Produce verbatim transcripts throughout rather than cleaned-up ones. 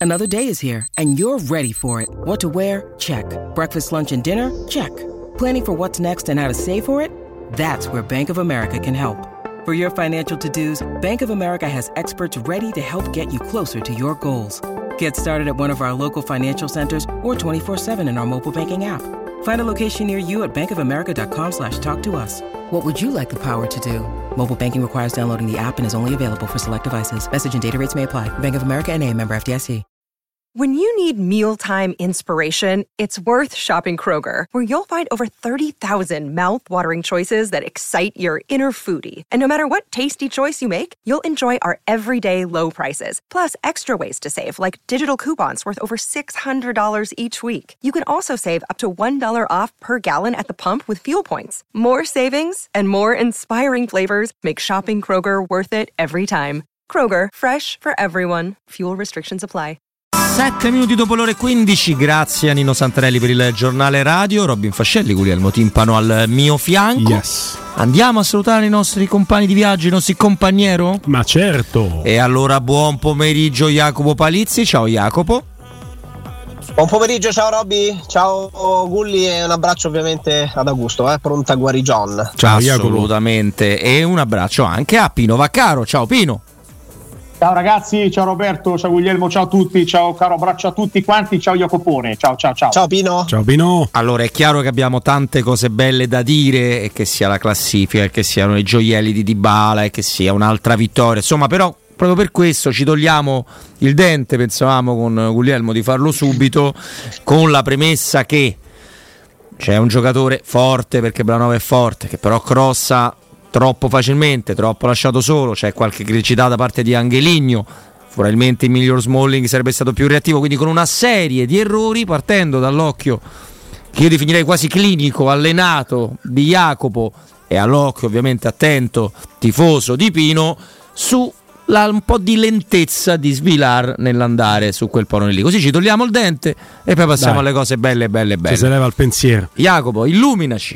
Another day is here, and you're ready for it. What to wear? Check. Breakfast, lunch, and dinner? Check. Planning for what's next and how to save for it? That's where Bank of America can help. For your financial to-dos, Bank of America has experts ready to help get you closer to your goals. Get started at one of our local financial centers or twenty-four seven in our mobile banking app. Find a location near you at bankofamerica.com slash talk to us. What would you like the power to do? Mobile banking requires downloading the app and is only available for select devices. Message and data rates may apply. Bank of America N A, member F D I C. When you need mealtime inspiration, it's worth shopping Kroger, where you'll find over thirty thousand mouth-watering choices that excite your inner foodie. And no matter what tasty choice you make, you'll enjoy our everyday low prices, plus extra ways to save, like digital coupons worth over six hundred dollars each week. You can also save up to one dollar off per gallon at the pump with fuel points. More savings and more inspiring flavors make shopping Kroger worth it every time. Kroger, fresh for everyone. Fuel restrictions apply. Sette minuti dopo l'ore quindici, grazie a Nino Santarelli per il giornale radio, Robin Fascelli, Guglielmo Timpano al mio fianco. Yes. Andiamo a salutare i nostri compagni di viaggio, i nostri compagniero? Ma certo. E allora buon pomeriggio Jacopo Palizzi, ciao Jacopo. Buon pomeriggio, ciao Robby, ciao Gulli e un abbraccio ovviamente ad Augusto, eh, pronta guarigion. Ciao assolutamente, e un abbraccio anche a Pino Vaccaro, ciao Pino. Ciao ragazzi, ciao Roberto, ciao Guglielmo, ciao a tutti, ciao caro abbraccio a tutti quanti, ciao Jacopone, ciao ciao ciao. Ciao Pino. Ciao Pino. Allora è chiaro che abbiamo tante cose belle da dire, e che sia la classifica, e che siano i gioielli di Dybala, e che sia un'altra vittoria, insomma, però proprio per questo ci togliamo il dente, pensavamo con Guglielmo di farlo subito, con la premessa che c'è un giocatore forte, perché Branova è forte, che però crossa troppo facilmente, troppo lasciato solo, c'è qualche criticità da parte di Angeligno, probabilmente il miglior Smalling sarebbe stato più reattivo, quindi con una serie di errori, partendo dall'occhio che io definirei quasi clinico, allenato di Jacopo, e all'occhio ovviamente attento, tifoso di Pino, su la, un po' di lentezza di Svilar nell'andare su quel pallone lì. Così ci togliamo il dente e poi passiamo Dai, alle cose belle belle belle. Ci si leva il pensiero. Jacopo, illuminaci.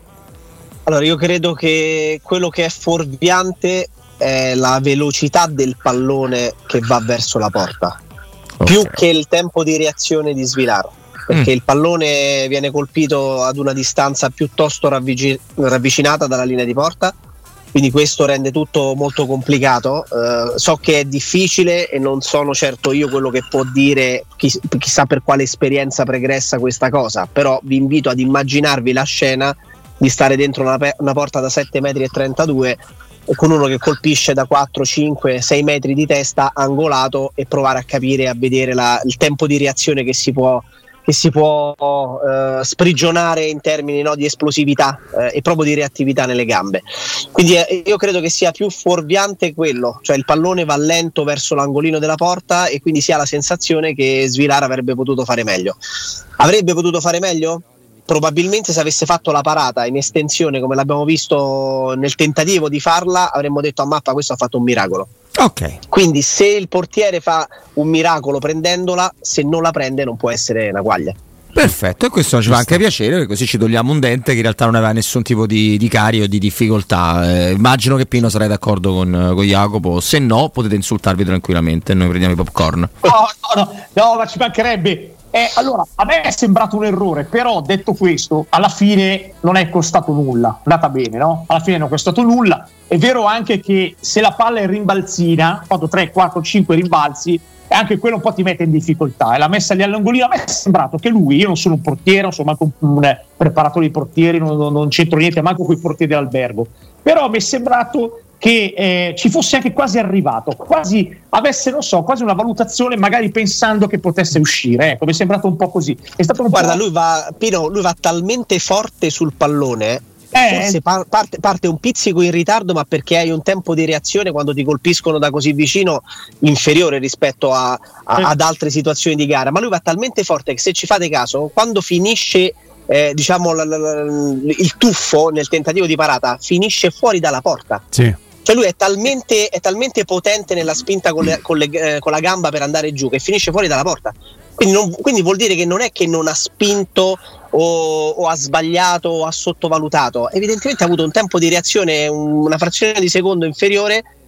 Allora, io credo che quello che è fuorviante è la velocità del pallone che va verso la porta, okay, più che il tempo di reazione di Svilar, perché mm. il pallone viene colpito ad una distanza piuttosto ravvic- ravvicinata dalla linea di porta, quindi questo rende tutto molto complicato. Uh, so che è difficile e non sono certo io quello che può dire chi- chissà per quale esperienza pregressa questa cosa, però vi invito ad immaginarvi la scena di stare dentro una, pe- una porta da sette metri e trentadue e con uno che colpisce da quattro, cinque, sei metri di testa angolato, e provare a capire, a vedere la, il tempo di reazione che si può, che si può eh, sprigionare in termini, no, di esplosività eh, e proprio di reattività nelle gambe. Quindi eh, io credo che sia più fuorviante quello, cioè il pallone va lento verso l'angolino della porta e quindi si ha la sensazione che Svilar avrebbe potuto fare meglio. Avrebbe potuto fare meglio? Probabilmente se avesse fatto la parata in estensione come l'abbiamo visto nel tentativo di farla, avremmo detto a mappa questo ha fatto un miracolo. Ok. Quindi se il portiere fa un miracolo prendendola, se non la prende non può essere una quaglia. Perfetto, e questo ci fa anche piacere, perché così ci togliamo un dente che in realtà non aveva nessun tipo di, di carico o di difficoltà. Eh, immagino che Pino sarai d'accordo con, con Jacopo, se no potete insultarvi tranquillamente, noi prendiamo i popcorn. No, no, no, no, ma ci mancherebbe. Eh, allora, a me è sembrato un errore, però detto questo, alla fine non è costato nulla, è andata bene, no? Alla fine non è costato nulla. È vero anche che se la palla è rimbalzina, ha fatto tre, quattro, cinque rimbalzi, e anche quello un po' ti mette in difficoltà. E la messa lì all'angolino, a me è sembrato che lui, io non sono un portiere, non sono manco un preparatore di portieri, non, non, non c'entro niente, manco con i portieri dell'albergo, però mi è sembrato che eh, ci fosse anche quasi arrivato, quasi avesse, non so, quasi una valutazione, magari pensando che potesse uscire. Ecco, mi è sembrato un po' così. È stato un Guarda, po'... lui va, Pino, lui va talmente forte sul pallone, eh, forse par- parte, parte un pizzico in ritardo, ma perché hai un tempo di reazione quando ti colpiscono da così vicino inferiore rispetto a, a, eh. ad altre situazioni di gara. Ma lui va talmente forte che, se ci fate caso, quando finisce eh, diciamo l- l- l- il tuffo nel tentativo di parata, finisce fuori dalla porta. Sì. Cioè lui è talmente, è talmente potente nella spinta con, le, con, le, eh, con la gamba per andare giù, che finisce fuori dalla porta. Quindi, non, quindi vuol dire che non è che non ha spinto o, o ha sbagliato o ha sottovalutato, evidentemente ha avuto un tempo di reazione, un, una frazione di secondo inferiore,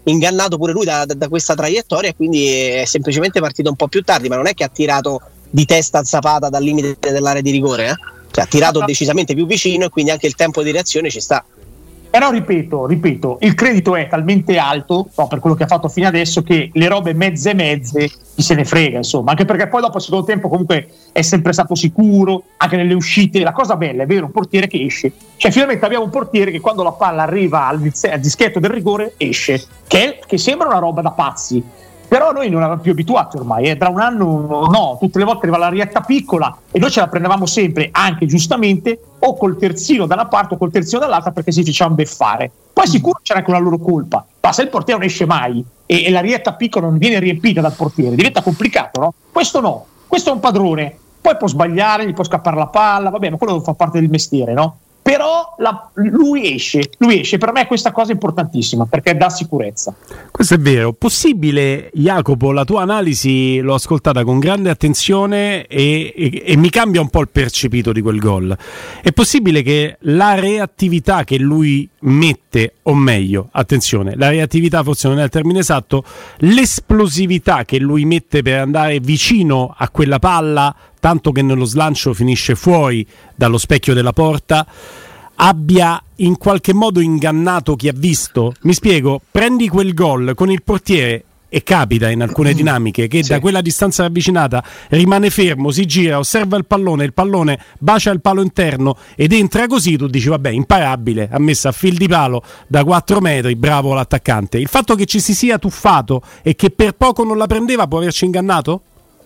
ingannato pure lui da, da, da questa traiettoria e quindi è semplicemente partito un po' più tardi, ma non è che ha tirato di testa a Zapata dal limite dell'area di rigore, eh? Cioè, ha tirato decisamente più vicino e quindi anche il tempo di reazione ci sta. Però ripeto, ripeto, il credito è talmente alto, no, per quello che ha fatto fino adesso, che le robe mezze mezze chi se ne frega, insomma, anche perché poi dopo il secondo tempo comunque è sempre stato sicuro, anche nelle uscite. La cosa bella è avere un portiere che esce, cioè finalmente abbiamo un portiere che quando la palla arriva al, al dischetto del rigore esce, che, che sembra una roba da pazzi. Però noi non eravamo più abituati ormai, eh. Tra un anno no, tutte le volte arriva la rietta piccola e noi ce la prendevamo sempre, anche giustamente, o col terzino da una parte o col terzino dall'altra, perché si facevano beffare. Poi sicuro c'era anche una loro colpa, ma se il portiere non esce mai e, e la rietta piccola non viene riempita dal portiere, diventa complicato, no? Questo no, questo è un padrone, poi può sbagliare, gli può scappare la palla, vabbè, ma quello fa parte del mestiere, no? Però la, lui esce, lui esce, per me questa cosa è importantissima perché dà sicurezza. Questo è vero. Possibile, Jacopo, la tua analisi l'ho ascoltata con grande attenzione e, e, e mi cambia un po' il percepito di quel gol. È possibile che la reattività che lui mette, o meglio, attenzione, la reattività forse non è il termine esatto, l'esplosività che lui mette per andare vicino a quella palla, tanto che nello slancio finisce fuori dallo specchio della porta, abbia in qualche modo ingannato chi ha visto? Mi spiego, prendi quel gol con il portiere, e capita in alcune dinamiche che sì, da quella distanza ravvicinata rimane fermo, si gira, osserva il pallone, il pallone bacia il palo interno ed entra così, tu dici vabbè, imparabile, ha messo a fil di palo da quattro metri, bravo l'attaccante. Il fatto che ci si sia tuffato e che per poco non la prendeva può averci ingannato?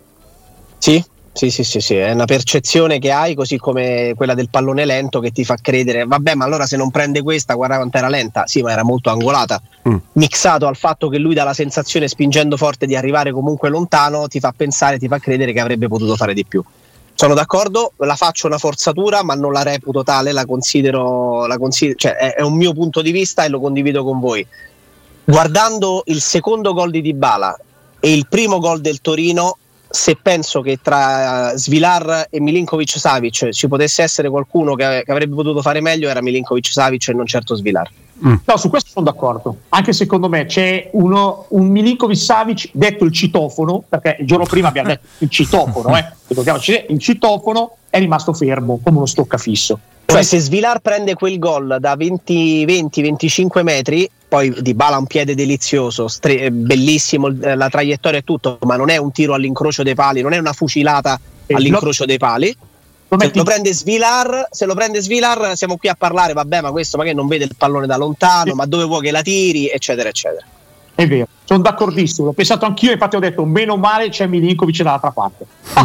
Sì. Sì, sì, sì, sì, è una percezione che hai, così come quella del pallone lento che ti fa credere, vabbè, ma allora se non prende questa, guarda quanto era lenta. Sì, ma era molto angolata. Mm. Mixato al fatto che lui dà la sensazione, spingendo forte, di arrivare comunque lontano, ti fa pensare, ti fa credere che avrebbe potuto fare di più. Sono d'accordo, la faccio una forzatura, ma non la reputo tale, la considero, la considero cioè è, è un mio punto di vista e lo condivido con voi. Guardando il secondo gol di Dybala e il primo gol del Torino, se penso che tra Svilar e Milinkovic-Savic ci potesse essere qualcuno che, che avrebbe potuto fare meglio, era Milinkovic-Savic e non certo Svilar. Mm. No, su questo sono d'accordo. Anche secondo me c'è uno, un Milinkovic-Savic detto il citofono, perché il giorno prima abbiamo detto il citofono, eh. il citofono è rimasto fermo come uno stoccafisso. Cioè, se Svilar prende quel gol da venti venticinque metri, poi Dybala ha un piede delizioso, stre- bellissimo, la traiettoria è tutto, ma non è un tiro all'incrocio dei pali, non è una fucilata eh, all'incrocio no. dei pali. Se lo prende Svilar, se lo prende Svilar siamo qui a parlare, vabbè, ma questo magari non vede il pallone da lontano, sì, ma dove vuoi che la tiri, eccetera, eccetera. È vero, sono d'accordissimo, l'ho pensato anch'io, infatti ho detto meno male c'è Milinkovic dall'altra parte.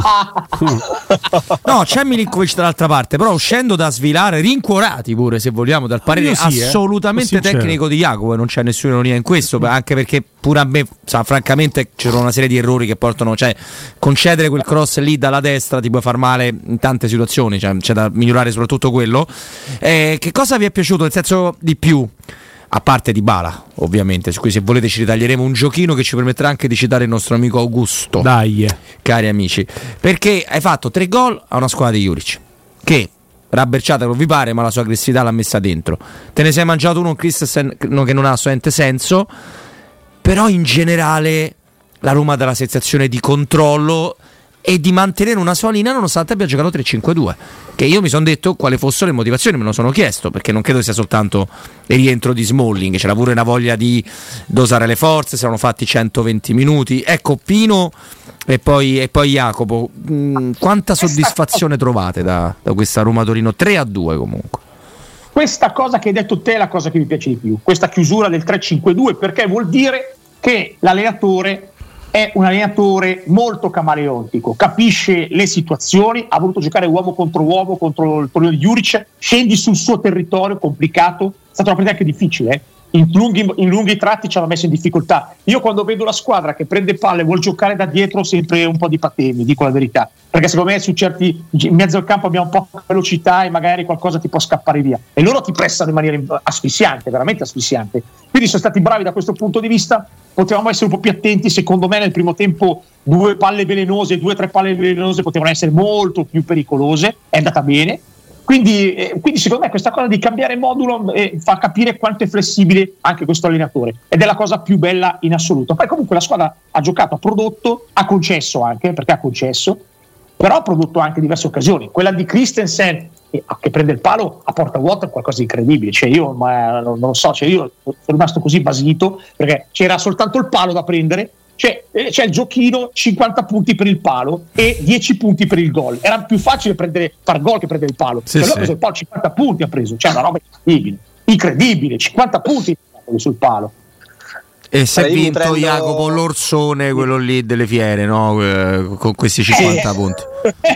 No, c'è Milinkovic dall'altra parte, però uscendo da Svilare, rincuorati pure se vogliamo, dal parere sì, assolutamente eh. tecnico di Jacopo, non c'è nessuna ironia in questo, anche perché pure a me, sa, francamente c'erano una serie di errori che portano, cioè concedere quel cross lì dalla destra ti può far male in tante situazioni, cioè, c'è da migliorare soprattutto quello. Eh, che cosa vi è piaciuto, nel senso di più? A parte Dybala, ovviamente, su cui se volete ci ritaglieremo un giochino che ci permetterà anche di citare il nostro amico Augusto. Dai, cari amici, perché hai fatto tre gol a una squadra di Juric che rabberciata non vi pare, ma la sua aggressività l'ha messa dentro. Te ne sei mangiato uno, un Christensen che non ha assolutamente senso, però in generale la Roma dà la sensazione di controllo e di mantenere una sua linea nonostante abbia giocato tre cinque due, che io mi sono detto quali fossero le motivazioni, me lo sono chiesto, perché non credo sia soltanto il rientro di Smalling, c'era pure una voglia di dosare le forze, si erano fatti centoventi minuti. Ecco, Pino e poi, e poi Jacopo, mh, quanta soddisfazione trovate da, da questa Roma Torino tre a due comunque? Questa cosa che hai detto te è la cosa che mi piace di più, questa chiusura del tre cinque due, perché vuol dire che l'allenatore è un allenatore molto camaleontico, capisce le situazioni, ha voluto giocare uomo contro uomo contro il Torino di Juric, scendi sul suo territorio, complicato, è stata una partita anche difficile, eh? in, lunghi, in lunghi tratti ci hanno messo in difficoltà. Io quando vedo la squadra che prende palle e vuol giocare da dietro sempre un po' di patemi, dico la verità, perché secondo me su certi, in mezzo al campo abbiamo un po' di velocità e magari qualcosa ti può scappare via, e loro ti pressano in maniera asfissiante, veramente asfissiante. Quindi sono stati bravi da questo punto di vista. Potevamo essere un po' più attenti, secondo me nel primo tempo due palle velenose, due o tre palle velenose potevano essere molto più pericolose, è andata bene, Quindi, eh, quindi secondo me questa cosa di cambiare modulo eh, fa capire quanto è flessibile anche questo allenatore, ed è la cosa più bella in assoluto. Poi comunque la squadra ha giocato, ha prodotto, ha concesso anche, perché ha concesso, però ha prodotto anche diverse occasioni. Quella di Christensen eh, che prende il palo a porta vuota è qualcosa di incredibile, cioè io ma, non, non lo so, cioè io sono rimasto così basito perché c'era soltanto il palo da prendere. Cioè, c'è il giochino, cinquanta punti per il palo e dieci punti per il gol. Era più facile prendere, far gol che prendere il palo. Sì, cioè, sì. ha preso il palo, cinquanta punti ha preso, cioè una roba incredibile, incredibile, cinquanta punti sul palo. E si è Allora, io mi vinto prendo- Jacopo l'orsone, quello lì delle fiere, no? Eh, con questi cinquanta Eh. punti.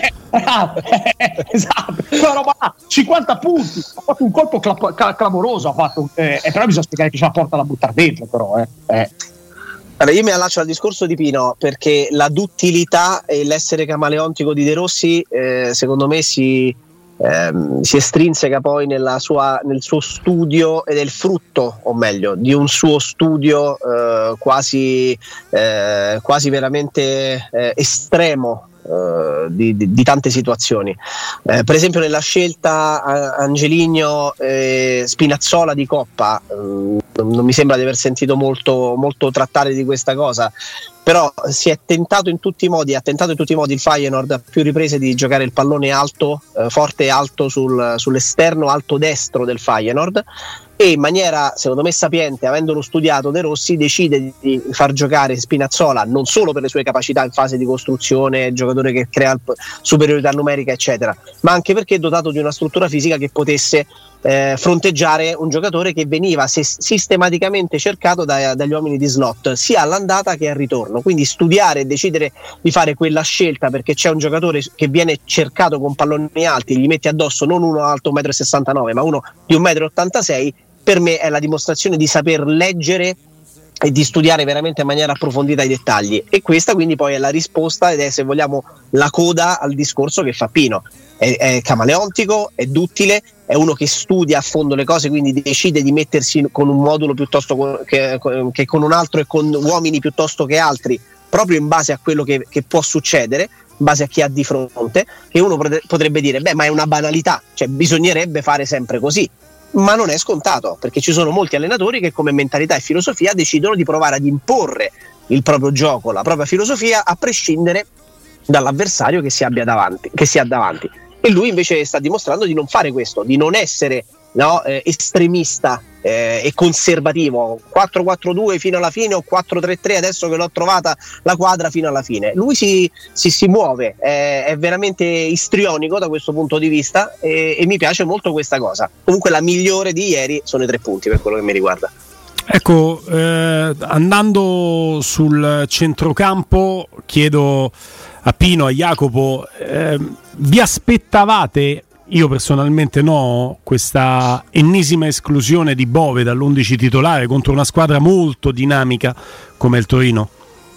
Esatto, quella roba là, cinquanta punti, ha fatto un colpo cla- cla- clamoroso, ha fatto, eh, eh, però bisogna spiegare che c'è una porta da buttare dentro, però eh. Eh. Allora, io mi allaccio al discorso di Pino, perché la duttilità e l'essere camaleontico di De Rossi eh, secondo me si, ehm, si estrinseca poi nella sua, nel suo studio, ed è il frutto, o meglio, di un suo studio eh, quasi, eh, quasi veramente eh, estremo Uh, di, di, di tante situazioni. Eh, per esempio nella scelta uh, Angeligno eh, Spinazzola di Coppa, um, non mi sembra di aver sentito molto, molto trattare di questa cosa, però si è tentato in tutti i modi, ha tentato in tutti i modi il Feyenoord a più riprese di giocare il pallone alto, eh, forte e alto sul, sull'esterno alto destro del Feyenoord, e in maniera secondo me sapiente, avendolo studiato De Rossi, decide di far giocare Spinazzola non solo per le sue capacità in fase di costruzione, giocatore che crea superiorità numerica eccetera, ma anche perché è dotato di una struttura fisica che potesse eh, fronteggiare un giocatore che veniva se- sistematicamente cercato da- dagli uomini di slot sia all'andata che al ritorno. Quindi studiare e decidere di fare quella scelta perché c'è un giocatore che viene cercato con palloni alti, gli metti addosso non uno alto uno e sessantanove metri ma uno di uno e ottantasei metri, per me è la dimostrazione di saper leggere e di studiare veramente in maniera approfondita i dettagli, e questa quindi poi è la risposta ed è, se vogliamo, la coda al discorso che fa Pino. È, è camaleontico, è duttile, è uno che studia a fondo le cose, quindi decide di mettersi con un modulo piuttosto co- che, che con un altro e con uomini piuttosto che altri, proprio in base a quello che, che può succedere, in base a chi ha di fronte, che uno potrebbe dire beh, ma è una banalità, cioè bisognerebbe fare sempre così. Ma non è scontato, perché ci sono molti allenatori che come mentalità e filosofia decidono di provare ad imporre il proprio gioco, la propria filosofia, a prescindere dall'avversario che si abbia davanti, che si ha davanti. E lui invece sta dimostrando di non fare questo, di non essere no, eh, estremista eh, e conservativo, quattro quattro due fino alla fine o quattro tre tre adesso che l'ho trovata la quadra fino alla fine. Lui si, si, si muove, è, è veramente istrionico da questo punto di vista, e, e mi piace molto questa cosa. Comunque la migliore di ieri sono i tre punti per quello che mi riguarda. Ecco, eh, andando sul centrocampo, chiedo a Pino, a Jacopo, eh, vi aspettavate, io personalmente no, questa ennesima esclusione di Bove dall'undici titolare contro una squadra molto dinamica come il Torino?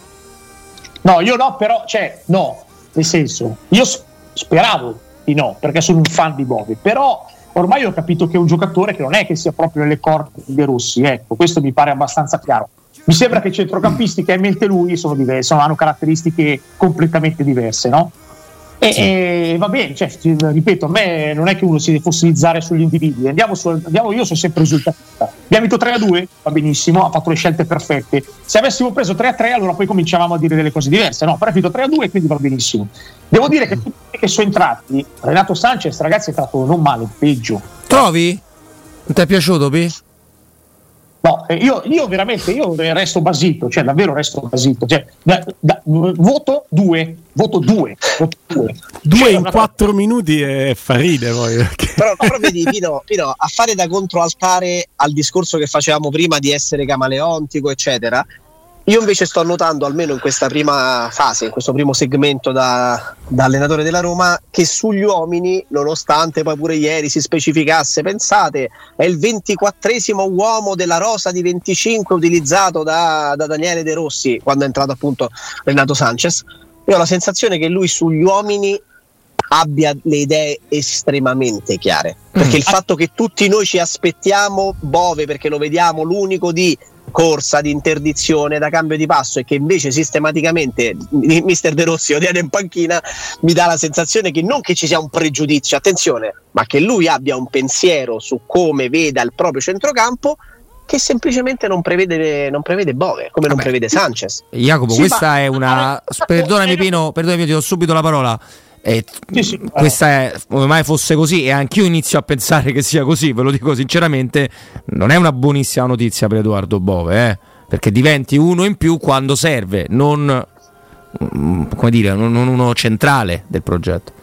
No, io no, però, cioè, no, nel senso, io speravo di no, perché sono un fan di Bove, però ormai ho capito che è un giocatore che non è che sia proprio nelle corde di De Rossi, ecco, questo mi pare abbastanza chiaro. Mi sembra che i centrocampisti che ha in mente lui sono diversi, hanno caratteristiche completamente diverse, no? E, sì. e va bene, cioè, ripeto, a me non è che uno si deve fossilizzare sugli individui, andiamo, su, andiamo io sono sempre risultatista. Abbiamo vinto tre a due, va benissimo, ha fatto le scelte perfette. Se avessimo preso tre a tre allora poi cominciavamo a dire delle cose diverse, no? Però è finito tre a due, quindi va benissimo. Devo dire che tutti che sono entrati, Renato Sanchez, ragazzi, è entrato non male, peggio. Trovi? Non ti è piaciuto, P? No, io, io veramente io resto basito, cioè davvero resto basito. Cioè, da, da, voto due, voto due, voto due. Due cioè, in una... quattro minuti e fa ridere poi. Perché... Però, però vedi, Pino, Pino, a fare da controaltare al discorso che facevamo prima di essere camaleontico, eccetera. Io invece sto notando, almeno in questa prima fase, in questo primo segmento da, da allenatore della Roma, che sugli uomini, nonostante poi pure ieri si specificasse, pensate, è il ventiquattresimo uomo della rosa di venticinque utilizzato da, da Daniele De Rossi quando è entrato appunto Renato Sanchez. Io ho la sensazione che lui sugli uomini abbia le idee estremamente chiare, perché mm. il fatto che tutti noi ci aspettiamo Bove, perché lo vediamo l'unico di corsa, di interdizione, da cambio di passo, e che invece sistematicamente mister De Rossi lo tiene in panchina, mi dà la sensazione che non che ci sia un pregiudizio, attenzione, ma che lui abbia un pensiero su come veda il proprio centrocampo che semplicemente non prevede, non prevede Bove, come Vabbè. non prevede Sanchez. Jacopo, sì, questa ma... è una... Perdonami Pino, perdonami, ti do subito la parola. Eh, sì, sì, questa è, come mai fosse così, e anch'io inizio a pensare che sia così, ve lo dico sinceramente, non è una buonissima notizia per Edoardo Bove, eh, perché diventi uno in più quando serve, non come dire, non uno centrale del progetto.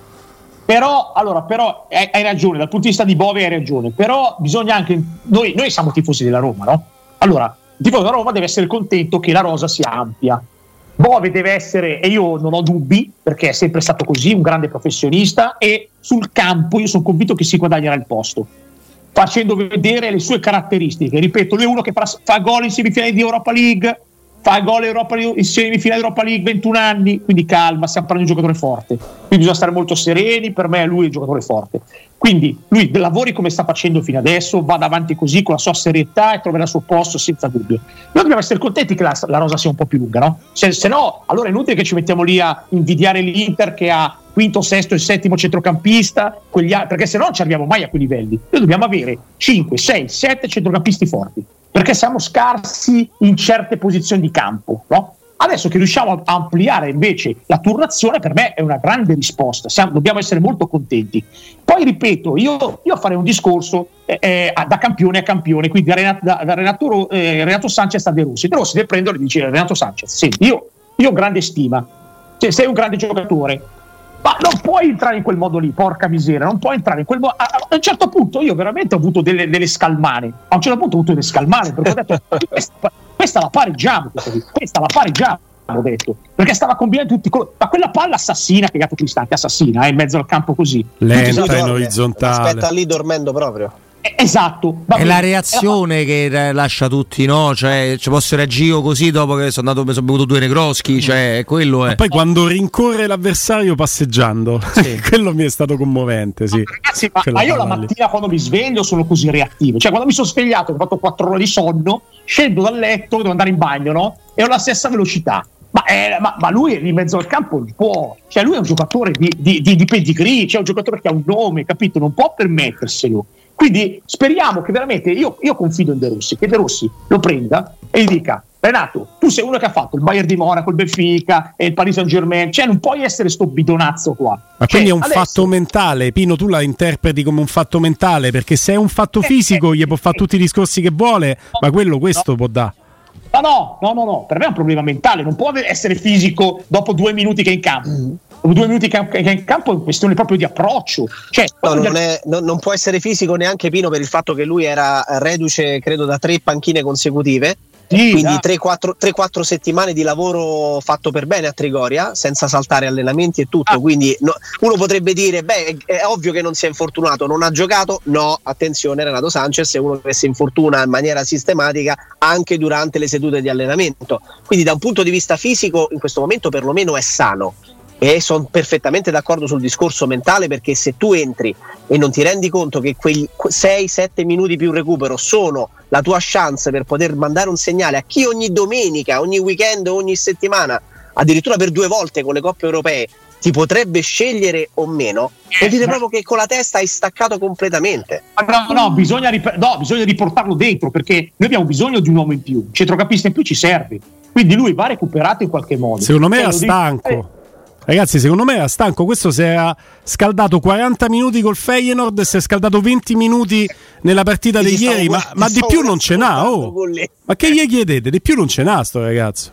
Però, allora, però hai, hai ragione, dal punto di vista di Bove hai ragione, però bisogna anche, noi, noi siamo tifosi della Roma, no? Allora, il tifoso della Roma deve essere contento che la rosa sia ampia. Bove deve essere, e io non ho dubbi, perché è sempre stato così, un grande professionista, e sul campo io sono convinto che si guadagnerà il posto, facendo vedere le sue caratteristiche. Ripeto, lui è uno che fa, fa gol in semifinale di Europa League, fa gol Europa League, in semifinale di Europa League, ventuno anni, quindi calma, stiamo parlando di un giocatore forte, quindi bisogna stare molto sereni, per me lui è un giocatore forte, quindi lui lavori come sta facendo fino adesso, vada avanti così con la sua serietà e troverà il suo posto senza dubbio. Noi dobbiamo essere contenti che la, la rosa sia un po' più lunga, no? Se, se no, allora è inutile che ci mettiamo lì a invidiare l'Inter che ha quinto, sesto e settimo centrocampista, quegli altri, perché se no non ci arriviamo mai a quei livelli. Noi dobbiamo avere cinque, sei, sette centrocampisti forti, perché siamo scarsi in certe posizioni di campo, no? Adesso che riusciamo a ampliare invece la turnazione, per me è una grande risposta. Siamo, dobbiamo essere molto contenti. Poi ripeto, io, io farei un discorso eh, eh, da campione a campione, quindi da Renato, da, da Renato, eh, Renato Sanchez a De Rossi. De Rossi deve prendere e dice: Renato Sanchez, senti, io, io ho grande stima, cioè, sei un grande giocatore, ma non puoi entrare in quel modo lì, porca miseria, non puoi entrare in quel modo. A, a un certo punto io veramente ho avuto delle, delle scalmane, a un certo punto ho avuto delle scalmane, perché ho detto questa, questa la pareggiamo, questa la pareggiamo, ho detto, perché stava combinando tutti, ma quella palla assassina, che gatto Cristante, assassina, eh, in mezzo al campo così. Lenta in orizzontale. Aspetta lì dormendo proprio. Esatto, è la reazione che lascia tutti, no? Cioè, ci posso reagire così dopo che sono andato, mi sono bevuto due Negroschi, cioè quello è. Ma poi quando rincorre l'avversario passeggiando, sì. Quello mi è stato commovente, sì. Ma ragazzi, ma, ma io la mattina lì, quando mi sveglio sono così reattivo, cioè quando mi sono svegliato, ho fatto quattro ore di sonno, scendo dal letto, devo andare in bagno, no? E ho la stessa velocità. Ma, eh, ma, ma lui in mezzo al campo non può, cioè lui è un giocatore di, di, di, di pedigree, cioè un giocatore che ha un nome, capito? Non può permetterselo. Quindi speriamo che veramente, io, io confido in De Rossi, che De Rossi lo prenda e gli dica: Renato, tu sei uno che ha fatto il Bayern di Monaco, il Benfica e il Paris Saint Germain, cioè non puoi essere sto bidonazzo qua. Ma cioè, quindi è un adesso... fatto mentale, Pino, tu la interpreti come un fatto mentale, perché se è un fatto fisico gli può fare tutti i discorsi che vuole, no, ma quello questo no. può dare. Ma no, no, no, no, per me è un problema mentale, non può essere fisico dopo due minuti che è in campo. Mm. Due minuti che è in campo è una questione proprio di approccio, cioè, no, non, è, non, non può essere fisico neanche Pino, per il fatto che lui era reduce credo da tre panchine consecutive, sì, quindi tre quattro settimane di lavoro fatto per bene a Trigoria senza saltare allenamenti e tutto, ah. quindi no, uno potrebbe dire beh è, è ovvio che non si è infortunato, non ha giocato. No, attenzione, Renato Sanchez è uno che si infortuna in maniera sistematica anche durante le sedute di allenamento, quindi da un punto di vista fisico in questo momento perlomeno è sano. E sono perfettamente d'accordo sul discorso mentale, perché se tu entri e non ti rendi conto che quei sei sette minuti più recupero sono la tua chance per poter mandare un segnale a chi ogni domenica, ogni weekend, ogni settimana, addirittura per due volte con le coppe europee ti potrebbe scegliere o meno, vuol dire proprio che con la testa hai staccato completamente. No, no, bisogna, rip- no, bisogna riportarlo dentro, perché noi abbiamo bisogno di un uomo in più, un centrocampista in più ci serve, quindi lui va recuperato in qualche modo. Secondo me era stanco. Ragazzi, secondo me era stanco. Questo si era scaldato quaranta minuti col Feyenoord e si è scaldato venti minuti nella partita di ieri, ma, ma di più non ce n'ha. Oh. Ma che gli chiedete? Di più non ce n'ha sto ragazzo.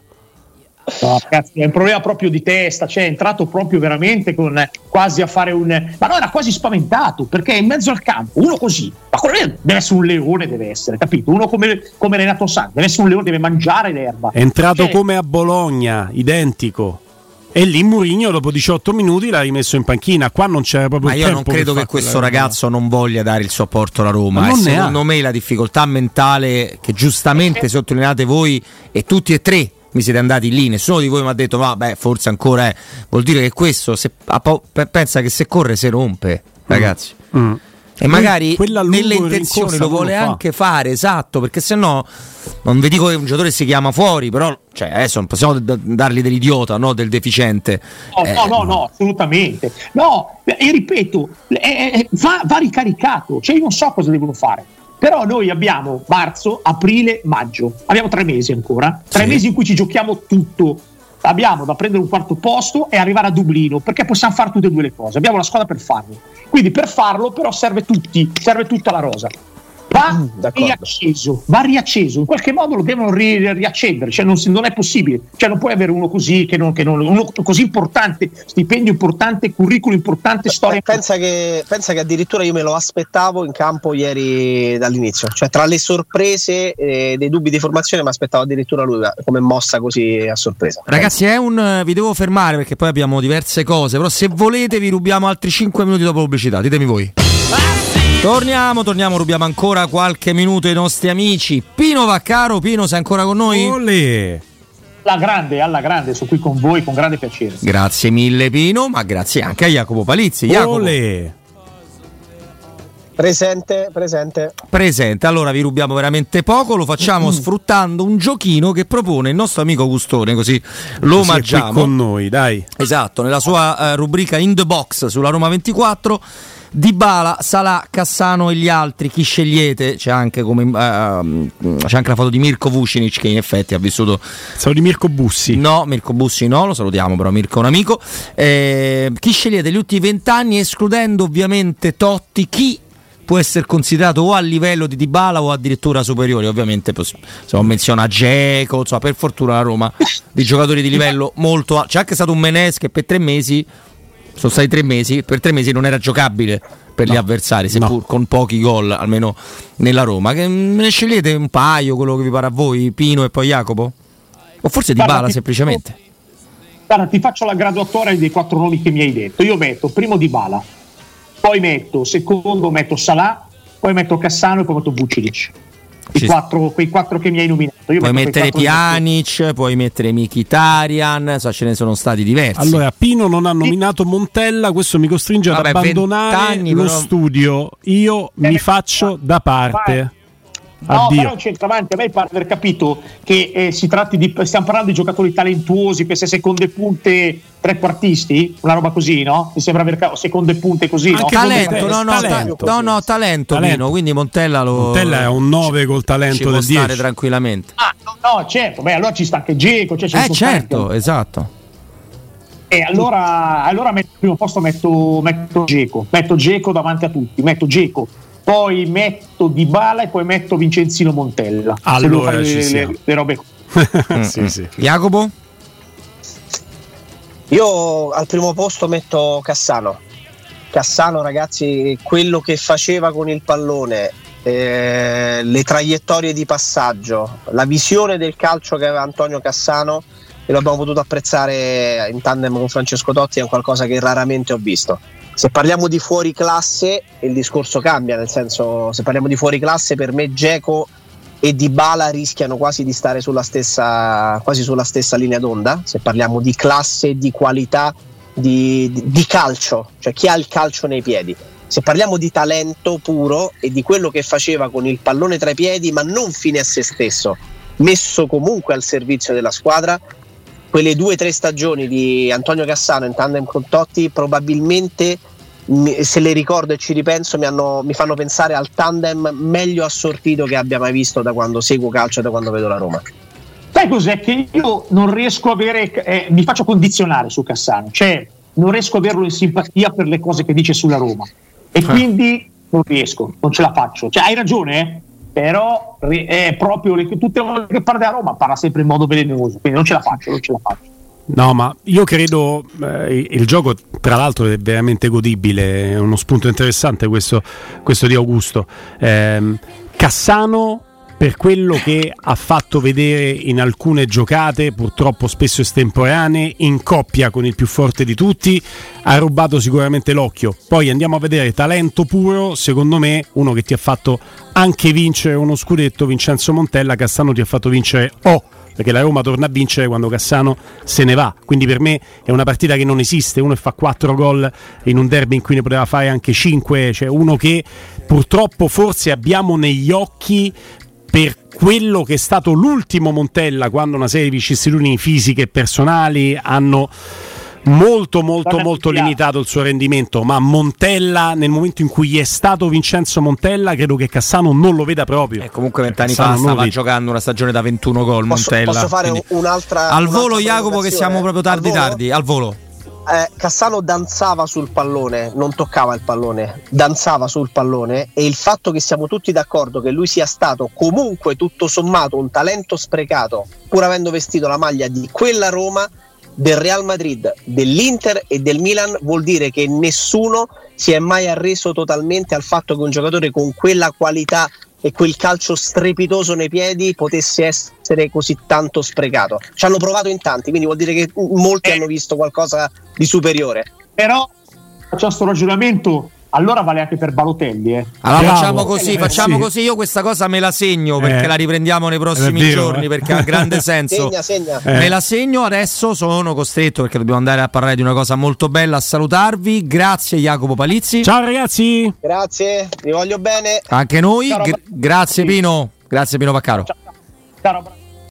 No, ragazzi, è un problema proprio di testa, cioè è entrato proprio veramente con quasi a fare un... Ma no, era quasi spaventato, perché è in mezzo al campo, uno così, ma quello deve essere un leone, deve essere, capito? Uno come, come Renato Sanchez, deve essere un leone, deve mangiare l'erba. È entrato cioè... come a Bologna, identico. E lì Mourinho dopo diciotto minuti l'ha rimesso in panchina. Qua non c'era proprio ma il io tempo. Non credo che questo ragazzo non voglia dare il suo apporto alla Roma. E secondo me la difficoltà mentale che giustamente sottolineate voi e tutti e tre mi siete andati lì, nessuno di voi mi ha detto vabbè forse ancora è, vuol dire che questo se, pensa che se corre si rompe, ragazzi. Mm. Mm. E magari nelle intenzioni lo vuole anche fare, esatto, perché se no non vi dico che un giocatore si chiama fuori, però cioè, adesso non possiamo d- dargli dell'idiota, no, del deficiente. No, eh, no, no, no, assolutamente. No, e ripeto, eh, va, va ricaricato, cioè io non so cosa devono fare. Però noi abbiamo marzo, aprile, maggio, abbiamo tre mesi ancora, tre sì. mesi in cui ci giochiamo tutto. Abbiamo da prendere un quarto posto e arrivare a Dublino, perché possiamo fare tutte e due le cose, abbiamo la squadra per farlo, quindi per farlo però serve tutti, serve tutta la rosa, va mm, riacceso, va riacceso, in qualche modo lo devono ri- riaccendere, cioè non, non è possibile, cioè non puoi avere uno così, che non, che non, uno così importante, stipendio importante, curriculum importante, storia. Pensa che, pensa che addirittura io me lo aspettavo in campo ieri dall'inizio, cioè tra le sorprese e dei dubbi di formazione mi aspettavo addirittura lui come mossa così a sorpresa. Ragazzi, è un vi devo fermare perché poi abbiamo diverse cose, però se volete vi rubiamo altri cinque minuti dopo pubblicità, ditemi voi. Torniamo, torniamo, rubiamo ancora qualche minuto ai nostri amici. Pino Vaccaro, Pino, sei ancora con noi? Olè. La grande, alla grande, sono qui con voi con grande piacere. Grazie mille Pino, ma grazie anche a Jacopo Palizzi. Jacopo. Olè. Presente, presente. Presente, allora vi rubiamo veramente poco, lo facciamo mm. sfruttando un giochino che propone il nostro amico Gustone, così lo così omaggiamo. È qui con noi, dai. Esatto, nella sua uh, rubrica In The Box sulla Roma ventiquattro. Dybala, Salah, Cassano e gli altri, chi scegliete? C'è anche, come, uh, c'è anche la foto di Mirko Vucinic che in effetti ha vissuto. Sono di Mirko Bussi. No, Mirko Bussi no, lo salutiamo, però Mirko è un amico. Eh, chi scegliete gli ultimi vent'anni, escludendo ovviamente Totti, chi può essere considerato o a livello di Dybala o addirittura superiore? Ovviamente se menziona Dzeko, insomma, per fortuna la Roma di giocatori di livello molto alto. C'è anche stato un Menez che per tre mesi sono stati tre mesi, per tre mesi non era giocabile per no, gli avversari, seppur no. con pochi gol, almeno nella Roma. Che me ne scegliete un paio, quello che vi pare a voi, Pino e poi Jacopo? O forse Dybala semplicemente? Guarda, ti faccio la graduatoria dei quattro nomi che mi hai detto. Io metto primo Dybala, poi metto secondo metto Salah, poi metto Cassano e poi metto Vucinic. I quattro, quei quattro che mi hai nominato. Io puoi mettere Pjanic, puoi mettere Mkhitaryan, so, ce ne sono stati diversi. Allora, Pino non ha nominato Montella, questo mi costringe Vabbè, ad abbandonare anni, lo però... studio. Io eh, mi faccio da parte. Vai. No, Addio. Però un centravanti, a me pare aver capito che eh, si tratti di, stiamo parlando di giocatori talentuosi, per se seconde punte trequartisti, una roba così, no? Mi sembra aver capito, seconde punte così, no? Talento, no, no, talento, ta- no, no, talento, talento. Pino, quindi Montella lo Montella è un nove col talento ci del può dieci. Stare tranquillamente. Ah, no, no, certo, beh, allora ci sta anche Dzeko, cioè Eh, certo, tanti. Esatto. E allora, allora metto, al primo posto metto metto Dzeko, metto Dzeko davanti a tutti, metto Dzeko. Poi metto Dybala e poi metto Vincenzino Montella. Allora ci le, le, le robe. sì, sì. Jacopo? Io al primo posto metto Cassano. Cassano, ragazzi, quello che faceva con il pallone, eh, le traiettorie di passaggio, la visione del calcio che aveva Antonio Cassano, e lo abbiamo potuto apprezzare in tandem con Francesco Totti, è qualcosa che raramente ho visto. Se parliamo di fuori classe il discorso cambia, nel senso, se parliamo di fuori classe, per me Dzeko e Dybala rischiano quasi di stare sulla stessa, quasi sulla stessa linea d'onda. Se parliamo di classe, di qualità, di, di, di calcio, cioè chi ha il calcio nei piedi. Se parliamo di talento puro e di quello che faceva con il pallone tra i piedi, ma non fine a se stesso, messo comunque al servizio della squadra, quelle due o tre stagioni di Antonio Cassano in tandem con Totti probabilmente, se le ricordo e ci ripenso, mi, hanno, mi fanno pensare al tandem meglio assortito che abbia mai visto da quando seguo calcio e da quando vedo la Roma. Sai cos'è? Che io non riesco a avere, eh, mi faccio condizionare su Cassano, cioè non riesco a averlo in simpatia per le cose che dice sulla Roma e quindi non riesco, non ce la faccio. Cioè hai ragione, eh? Però è proprio le, tutte le volte che parla della Roma parla sempre in modo velenoso, quindi non ce la faccio, non ce la faccio. No, ma io credo eh, il gioco tra l'altro è veramente godibile, è uno spunto interessante questo, questo di Augusto. eh, Cassano, per quello che ha fatto vedere in alcune giocate, purtroppo spesso estemporanee, in coppia con il più forte di tutti, ha rubato sicuramente l'occhio. Poi andiamo a vedere talento puro, secondo me uno che ti ha fatto anche vincere uno scudetto, Vincenzo Montella. Cassano ti ha fatto vincere oh, perché la Roma torna a vincere quando Cassano se ne va, quindi per me è una partita che non esiste, uno che fa quattro gol in un derby in cui ne poteva fare anche cinque, cioè uno che purtroppo forse abbiamo negli occhi per quello che è stato l'ultimo Montella, quando una serie di vicissitudini fisiche e personali hanno molto molto molto limitato il suo rendimento, ma Montella, nel momento in cui è stato Vincenzo Montella, credo che Cassano non lo veda proprio. E comunque vent'anni fa stava giocando una stagione da ventuno gol Montella. Posso fare quindi... un'altra al volo, un'altra Jacopo, che siamo proprio tardi al tardi al volo. Eh, Cassano danzava sul pallone, non toccava il pallone, danzava sul pallone, e il fatto che siamo tutti d'accordo che lui sia stato comunque tutto sommato un talento sprecato, pur avendo vestito la maglia di quella Roma, del Real Madrid, dell'Inter e del Milan, vuol dire che nessuno si è mai arreso totalmente al fatto che un giocatore con quella qualità e quel calcio strepitoso nei piedi potesse essere così tanto sprecato. Ci hanno provato in tanti, quindi vuol dire che molti eh, hanno visto qualcosa di superiore. Però faccio questo ragionamento, allora vale anche per Balotelli, eh. Allora Bravo. facciamo così, Eh, facciamo sì. così, io questa cosa me la segno perché Eh. la riprendiamo nei prossimi È vero, giorni eh. perché ha grande senso. Segna, segna. Eh. Me la segno, adesso sono costretto perché dobbiamo andare a parlare di una cosa molto bella, a salutarvi. Grazie Jacopo Palizzi. Ciao ragazzi. Grazie, vi voglio bene. Anche noi, Ciao, G- grazie Pino, grazie Pino Vaccaro. Ciao. Ciao.